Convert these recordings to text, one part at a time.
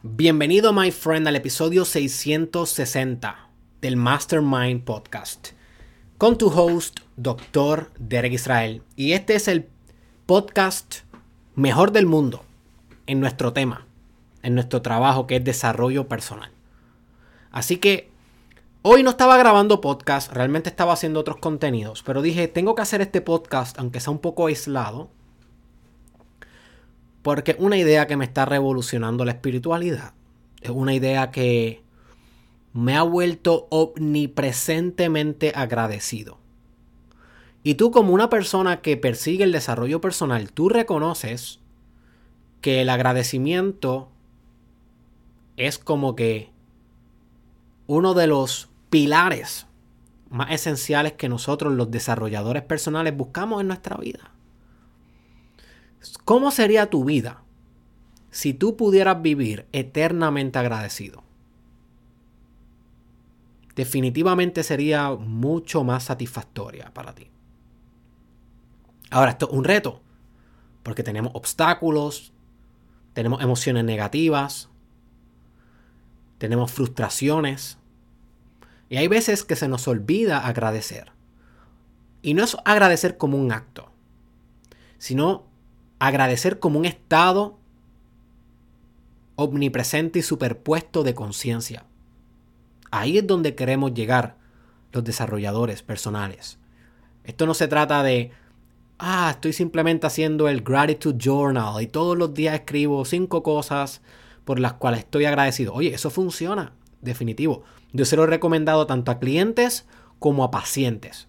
Bienvenido, my friend, al episodio 660 del Mastermind Podcast con tu host, Dr. Derek Israel. Y este es el podcast mejor del mundo en nuestro tema, en nuestro trabajo, que es desarrollo personal. Así que hoy no estaba grabando podcast, realmente estaba haciendo otros contenidos, pero dije, tengo que hacer este podcast, aunque sea un poco aislado, porque es una idea que me está revolucionando la espiritualidad. Es una idea que me ha vuelto omnipresentemente agradecido. Y tú, como una persona que persigue el desarrollo personal, tú reconoces que el agradecimiento es como que uno de los pilares más esenciales que nosotros, los desarrolladores personales, buscamos en nuestra vida. ¿Cómo sería tu vida si tú pudieras vivir eternamente agradecido? Definitivamente sería mucho más satisfactoria para ti. Ahora, esto es un reto, porque tenemos obstáculos, tenemos emociones negativas, tenemos frustraciones, y hay veces que se nos olvida agradecer. Y no es agradecer como un acto, sino agradecer como un estado omnipresente y superpuesto de conciencia. Ahí es donde queremos llegar los desarrolladores personales. Esto no se trata de, estoy simplemente haciendo el Gratitude Journal y todos los días escribo 5 cosas por las cuales estoy agradecido. Oye, eso funciona, definitivo. Yo se lo he recomendado tanto a clientes como a pacientes.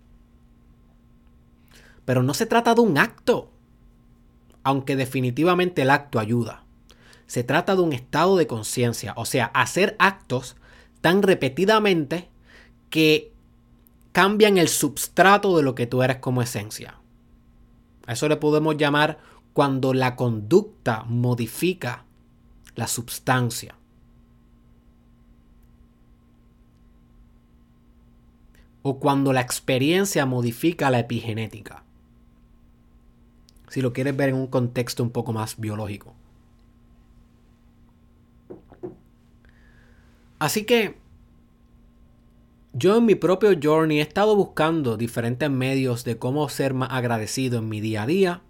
Pero no se trata de un acto, aunque definitivamente el acto ayuda. Se trata de un estado de conciencia, o sea, hacer actos tan repetidamente que cambian el substrato de lo que tú eres como esencia. A eso le podemos llamar cuando la conducta modifica la substancia. O cuando la experiencia modifica la epigenética. Si lo quieres ver en un contexto un poco más biológico. Así que yo en mi propio journey he estado buscando diferentes medios de cómo ser más agradecido en mi día a día.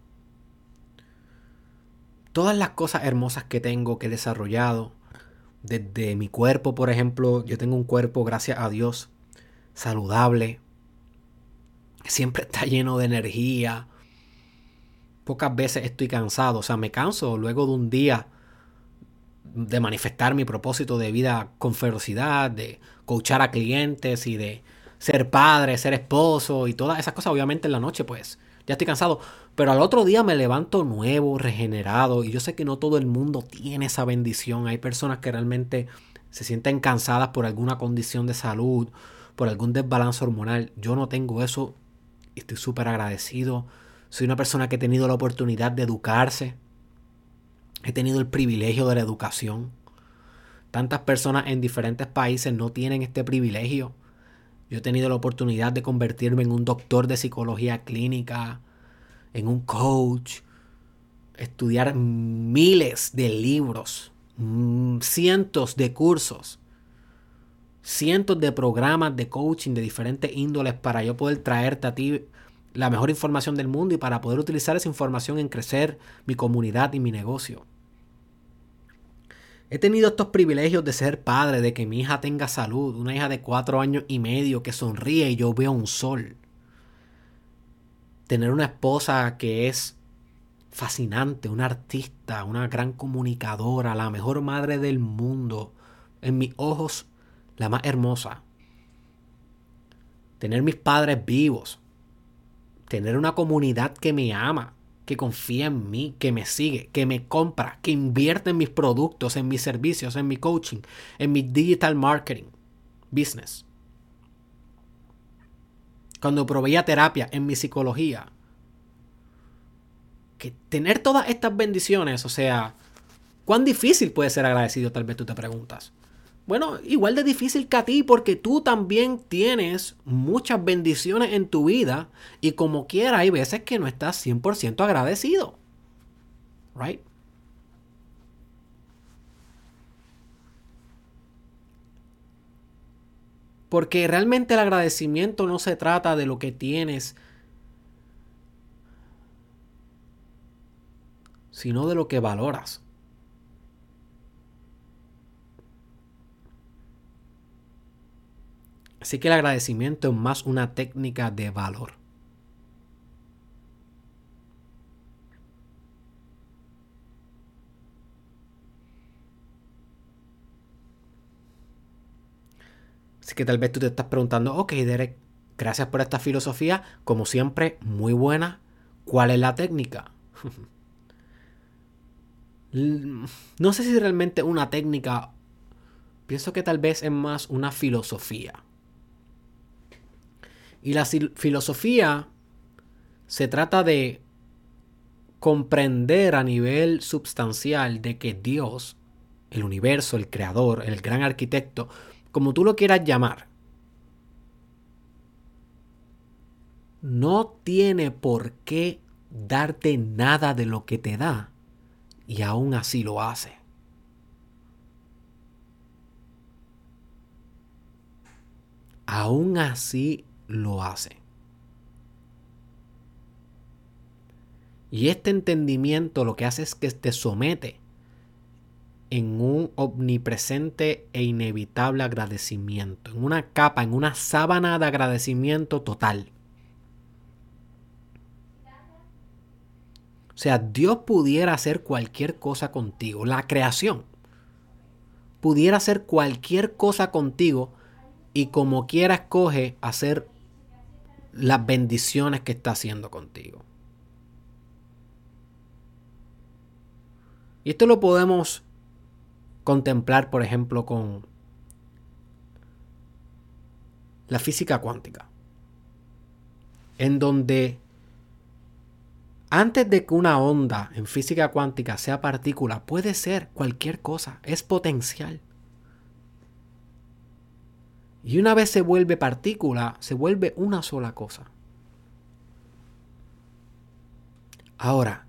Todas las cosas hermosas que tengo, que he desarrollado. Desde mi cuerpo, por ejemplo, yo tengo un cuerpo, gracias a Dios, saludable. Siempre está lleno de energía. Pocas veces estoy cansado. O sea, me canso luego de un día de manifestar mi propósito de vida con ferocidad, de coachar a clientes y de ser padre, ser esposo y todas esas cosas. Obviamente en la noche pues ya estoy cansado, pero al otro día me levanto nuevo, regenerado, y yo sé que no todo el mundo tiene esa bendición. Hay personas que realmente se sienten cansadas por alguna condición de salud, por algún desbalance hormonal. Yo no tengo eso y estoy súper agradecido. Soy una persona que he tenido la oportunidad de educarse. He tenido el privilegio de la educación. Tantas personas en diferentes países no tienen este privilegio. Yo he tenido la oportunidad de convertirme en un doctor de psicología clínica, en un coach, estudiar miles de libros, cientos de cursos, cientos de programas de coaching de diferentes índoles para yo poder traerte a ti la mejor información del mundo y para poder utilizar esa información en crecer mi comunidad y mi negocio. He tenido estos privilegios de ser padre, de que mi hija tenga salud, una hija de 4 años y medio que sonríe y yo veo un sol. Tener una esposa que es fascinante, una artista, una gran comunicadora, la mejor madre del mundo, en mis ojos la más hermosa. Tener mis padres vivos, tener una comunidad que me ama, que confía en mí, que me sigue, que me compra, que invierte en mis productos, en mis servicios, en mi coaching, en mi digital marketing business. Cuando proveía terapia, en mi psicología. Que tener todas estas bendiciones, o sea, ¿cuán difícil puede ser agradecido? Tal vez tú te preguntas. Bueno, igual de difícil que a ti, porque tú también tienes muchas bendiciones en tu vida y como quiera hay veces que no estás 100% agradecido. Right? Porque realmente el agradecimiento no se trata de lo que tienes, sino de lo que valoras. Así que el agradecimiento es más una técnica de valor. Así que tal vez tú te estás preguntando, ok, Derek, gracias por esta filosofía, como siempre, muy buena. ¿Cuál es la técnica? No sé si realmente una técnica, pienso que tal vez es más una filosofía. Y la filosofía se trata de comprender a nivel substancial de que Dios, el universo, el creador, el gran arquitecto, como tú lo quieras llamar, no tiene por qué darte nada de lo que te da y aún así lo hace. Aún así lo hace. Y este entendimiento lo que hace es que te somete en un omnipresente e inevitable agradecimiento, en una capa, en una sábana de agradecimiento total. O sea, Dios pudiera hacer cualquier cosa contigo, la creación pudiera hacer cualquier cosa contigo y como quiera escoge hacer las bendiciones que está haciendo contigo. Y esto lo podemos contemplar, por ejemplo, con la física cuántica, en donde antes de que una onda en física cuántica sea partícula, puede ser cualquier cosa, es potencial. Y una vez se vuelve partícula, se vuelve una sola cosa. Ahora,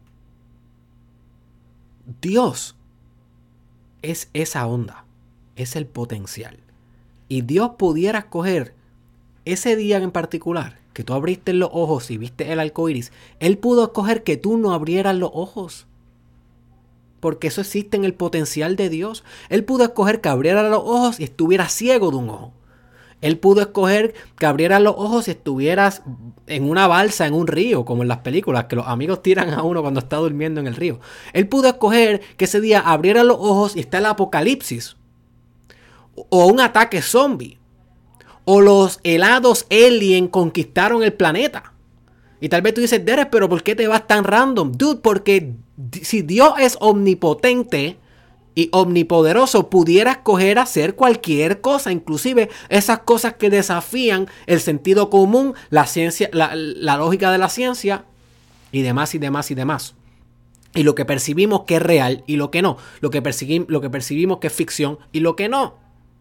Dios es esa onda, es el potencial. Y Dios pudiera escoger ese día en particular, que tú abriste los ojos y viste el arco iris, Él pudo escoger que tú no abrieras los ojos. Porque eso existe en el potencial de Dios. Él pudo escoger que abrieras los ojos y estuvieras ciego de un ojo. Él pudo escoger que abrieras los ojos y estuvieras en una balsa, en un río, como en las películas, que los amigos tiran a uno cuando está durmiendo en el río. Él pudo escoger que ese día abrieras los ojos y está el apocalipsis. O un ataque zombie. O los helados alien conquistaron el planeta. Y tal vez tú dices, Derek, pero ¿por qué te vas tan random? Dude, porque si Dios es omnipotente y omnipoderoso, pudiera escoger hacer cualquier cosa, inclusive esas cosas que desafían el sentido común, la ciencia, la lógica de la ciencia y demás y demás y demás. Y lo que percibimos que es real y lo que no. Lo que percibimos que es ficción y lo que no.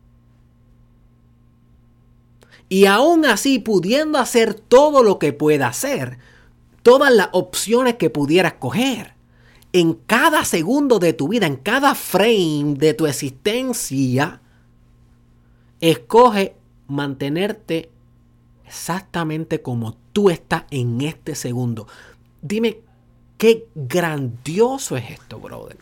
Y aún así, pudiendo hacer todo lo que pueda hacer, todas las opciones que pudiera escoger, en cada segundo de tu vida, en cada frame de tu existencia, escoge mantenerte exactamente como tú estás en este segundo. Dime, qué grandioso es esto, brother.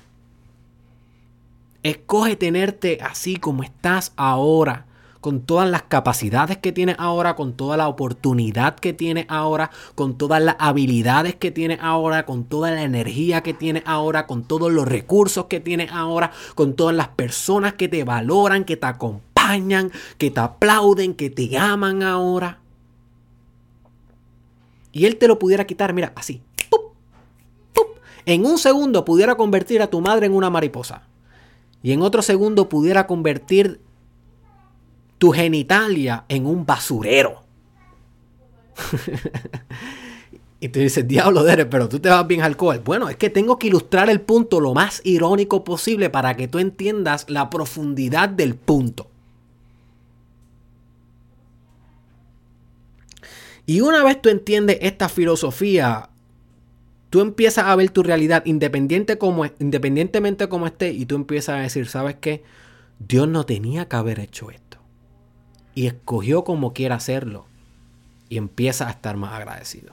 Escoge tenerte así como estás ahora, con todas las capacidades que tienes ahora, con toda la oportunidad que tienes ahora, con todas las habilidades que tienes ahora, con toda la energía que tienes ahora, con todos los recursos que tienes ahora, con todas las personas que te valoran, que te acompañan, que te aplauden, que te aman ahora. Y Él te lo pudiera quitar, mira, así. ¡Pup! ¡Pup! En un segundo pudiera convertir a tu madre en una mariposa. Y en otro segundo pudiera convertir tu genitalia en un basurero. Y tú dices, diablo, Derek, pero tú te vas bien alcohol. Bueno, es que tengo que ilustrar el punto lo más irónico posible para que tú entiendas la profundidad del punto. Y una vez tú entiendes esta filosofía, tú empiezas a ver tu realidad independientemente como esté, y tú empiezas a decir, ¿sabes qué? Dios no tenía que haber hecho esto. y escogió como quiera hacerlo. Y empieza a estar más agradecido.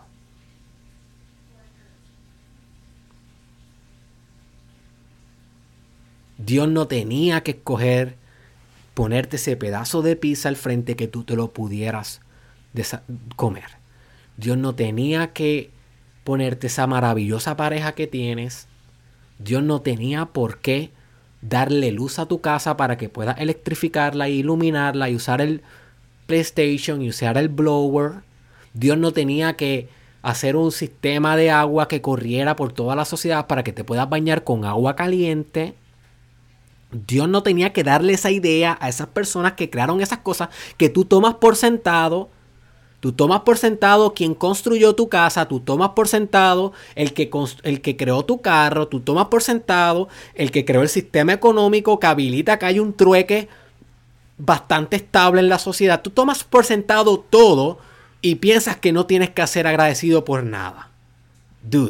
Dios no tenía que escoger ponerte ese pedazo de pizza al frente que tú te lo pudieras comer. Dios no tenía que ponerte esa maravillosa pareja que tienes. Dios no tenía por qué darle luz a tu casa para que puedas electrificarla y iluminarla y usar el PlayStation y usar el blower. Dios no tenía que hacer un sistema de agua que corriera por toda la sociedad para que te puedas bañar con agua caliente. Dios no tenía que darle esa idea a esas personas que crearon esas cosas que tú tomas por sentado. Tú tomas por sentado quien construyó tu casa, tú tomas por sentado el que creó tu carro, tú tomas por sentado el que creó el sistema económico que habilita que hay un trueque bastante estable en la sociedad. Tú tomas por sentado todo y piensas que no tienes que ser agradecido por nada. Dude.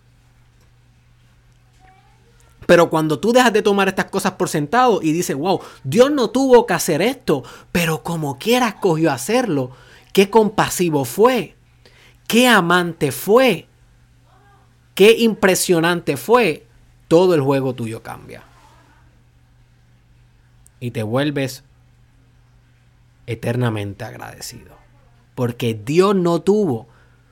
Pero cuando tú dejas de tomar estas cosas por sentado y dices, wow, Dios no tuvo que hacer esto, pero como quiera escogió hacerlo. Qué compasivo fue. Qué amante fue. Qué impresionante fue. Todo el juego tuyo cambia. Y te vuelves eternamente agradecido. Porque Dios no tuvo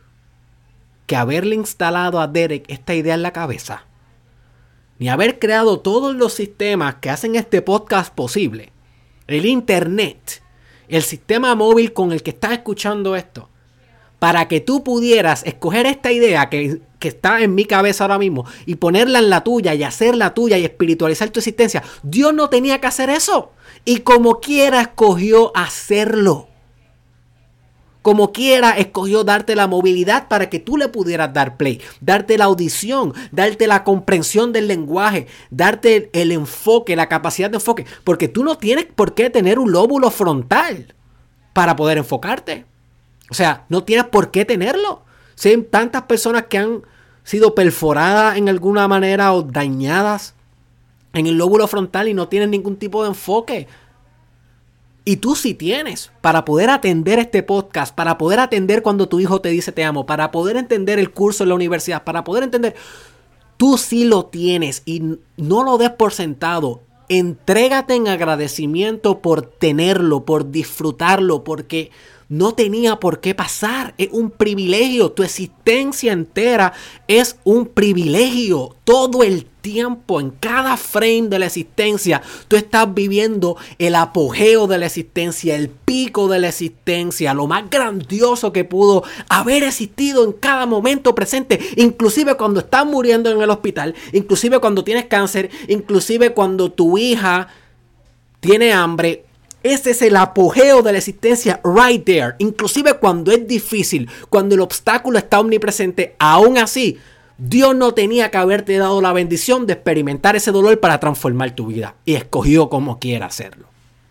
que haberle instalado a Derek esta idea en la cabeza. Ni haber creado todos los sistemas que hacen este podcast posible. El internet. El sistema móvil con el que estás escuchando esto. Para que tú pudieras escoger esta idea que está en mi cabeza ahora mismo y ponerla en la tuya y hacerla tuya y espiritualizar tu existencia. Dios no tenía que hacer eso. Y como quiera escogió hacerlo. Como quiera escogió darte la movilidad para que tú le pudieras dar play. Darte la audición, darte la comprensión del lenguaje, darte el enfoque, la capacidad de enfoque. Porque tú no tienes por qué tener un lóbulo frontal para poder enfocarte. O sea, no tienes por qué tenerlo. Si hay tantas personas que han sido perforadas en alguna manera o dañadas en el lóbulo frontal y no tienen ningún tipo de enfoque. Y tú sí tienes para poder atender este podcast, para poder atender cuando tu hijo te dice te amo, para poder entender el curso en la universidad, para poder entender. Tú sí lo tienes y no lo des por sentado. Entrégate en agradecimiento por tenerlo, por disfrutarlo, porque no tenía por qué pasar. Es un privilegio. Tu existencia entera es un privilegio. Todo el tiempo, en cada frame de la existencia, tú estás viviendo el apogeo de la existencia, el pico de la existencia, lo más grandioso que pudo haber existido en cada momento presente, inclusive cuando estás muriendo en el hospital, inclusive cuando tienes cáncer, inclusive cuando tu hija tiene hambre. Ese es el apogeo de la existencia right there. Inclusive cuando es difícil, cuando el obstáculo está omnipresente, aún así, Dios no tenía que haberte dado la bendición de experimentar ese dolor para transformar tu vida. Y escogió como quiera hacerlo.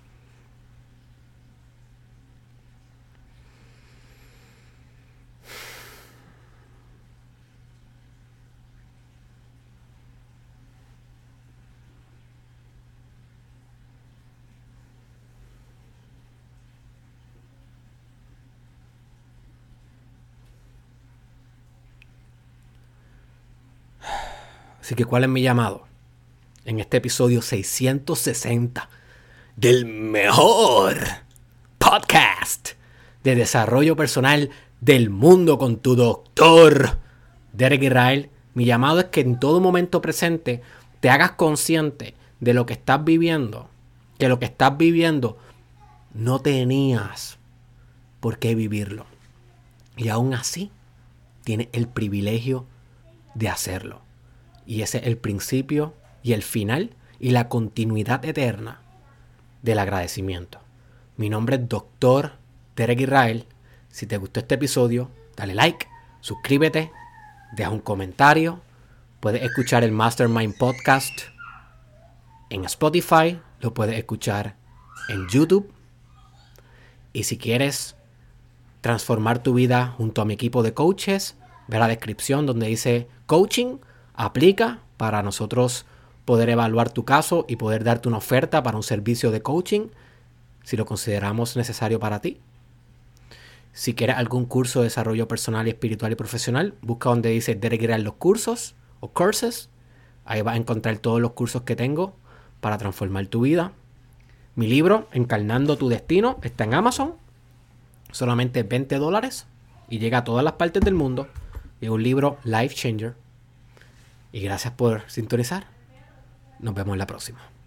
Así que, ¿cuál es mi llamado? En este episodio 660 del mejor podcast de desarrollo personal del mundo con tu doctor Derek Israel. Mi llamado es que en todo momento presente te hagas consciente de lo que estás viviendo. Que lo que estás viviendo no tenías por qué vivirlo. Y aún así tienes el privilegio de hacerlo. Y ese es el principio y el final y la continuidad eterna del agradecimiento. Mi nombre es Dr. Derek Israel. Si te gustó este episodio, dale like, suscríbete, deja un comentario. Puedes escuchar el Mastermind Podcast en Spotify. Lo puedes escuchar en YouTube. Y si quieres transformar tu vida junto a mi equipo de coaches, ve a la descripción donde dice coaching. Aplica para nosotros poder evaluar tu caso y poder darte una oferta para un servicio de coaching si lo consideramos necesario para ti. Si quieres algún curso de desarrollo personal y espiritual y profesional, busca donde dice Derek los cursos o courses. Ahí vas a encontrar todos los cursos que tengo para transformar tu vida. Mi libro, Encarnando tu Destino, está en Amazon. Solamente $20 y llega a todas las partes del mundo. Es un libro life changer. Y gracias por sintonizar. Nos vemos en la próxima.